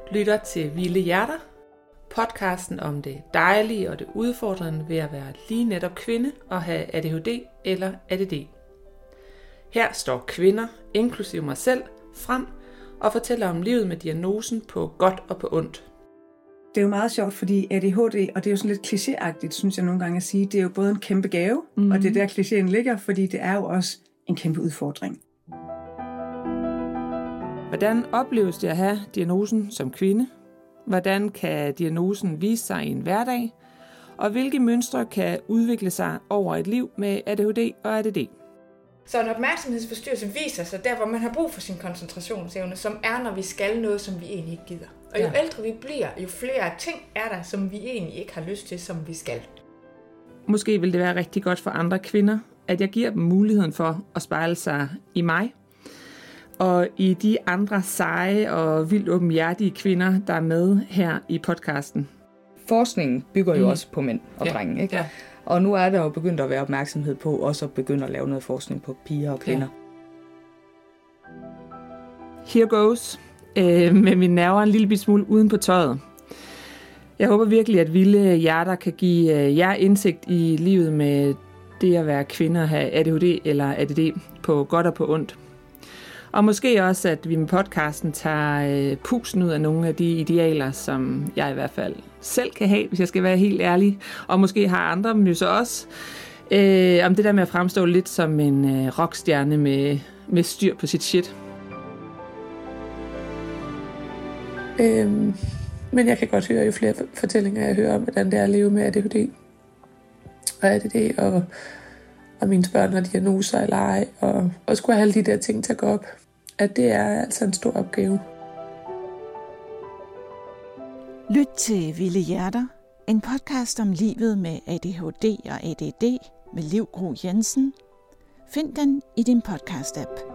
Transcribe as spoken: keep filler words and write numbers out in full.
lytter til Vilde Hjerter, podcasten om det dejlige og det udfordrende ved at være lige netop kvinde og have A D H D eller A D D. Her står kvinder, inklusive mig selv, frem og fortæller om livet med diagnosen på godt og på ondt. Det er jo meget sjovt, fordi A D H D, og det er jo sådan lidt klichéagtigt, synes jeg nogle gange at sige, det er jo både en kæmpe gave, mm. og det er der klichéen ligger, fordi det er jo også en kæmpe udfordring. Hvordan opleves det at have diagnosen som kvinde? Hvordan kan diagnosen vise sig i en hverdag? Og hvilke mønstre kan udvikle sig over et liv med A D H D og A D D? Så en opmærksomhedsforstyrrelse viser sig der, hvor man har brug for sin koncentrationsevne, som er, når vi skal noget, som vi egentlig ikke gider. Og jo ja. ældre vi bliver, jo flere ting er der, som vi egentlig ikke har lyst til, som vi skal. Måske vil det være rigtig godt for andre kvinder, at jeg giver dem muligheden for at spejle sig i mig, og i de andre seje og vildt åbenhjertige kvinder, der er med her i podcasten. Forskningen bygger jo mm. også på mænd og ja. drenge, ikke? Ja. Og nu er der jo begyndt at være opmærksomhed på også at begynde at lave noget forskning på piger og kvinder. Ja. Here goes, øh, med mine nerver en lille smule uden på tøjet. Jeg håber virkelig, at Vilde Hjerter kan give jer indsigt i livet med det at være kvinde og have A D H D eller A D D på godt og på ondt. Og måske også, at vi med podcasten tager pusen ud af nogle af de idealer, som jeg i hvert fald selv kan have, hvis jeg skal være helt ærlig. Og måske har andre dem jo så også. Øh, om det der med at fremstå lidt som en øh, rockstjerne med, med styr på sit shit. Øhm, men jeg kan godt høre, jo flere fortællinger jeg hører om, hvordan det er at leve med A D H D og A D D, og, og mine børn har diagnoser eller ej, og, og skulle have alle de der ting til at gå op, at det er altså en stor opgave. Lyt til Vilde Hjerter, en podcast om livet med A D H D og A D D med Liv Gro Jensen. Find den i din podcast-app.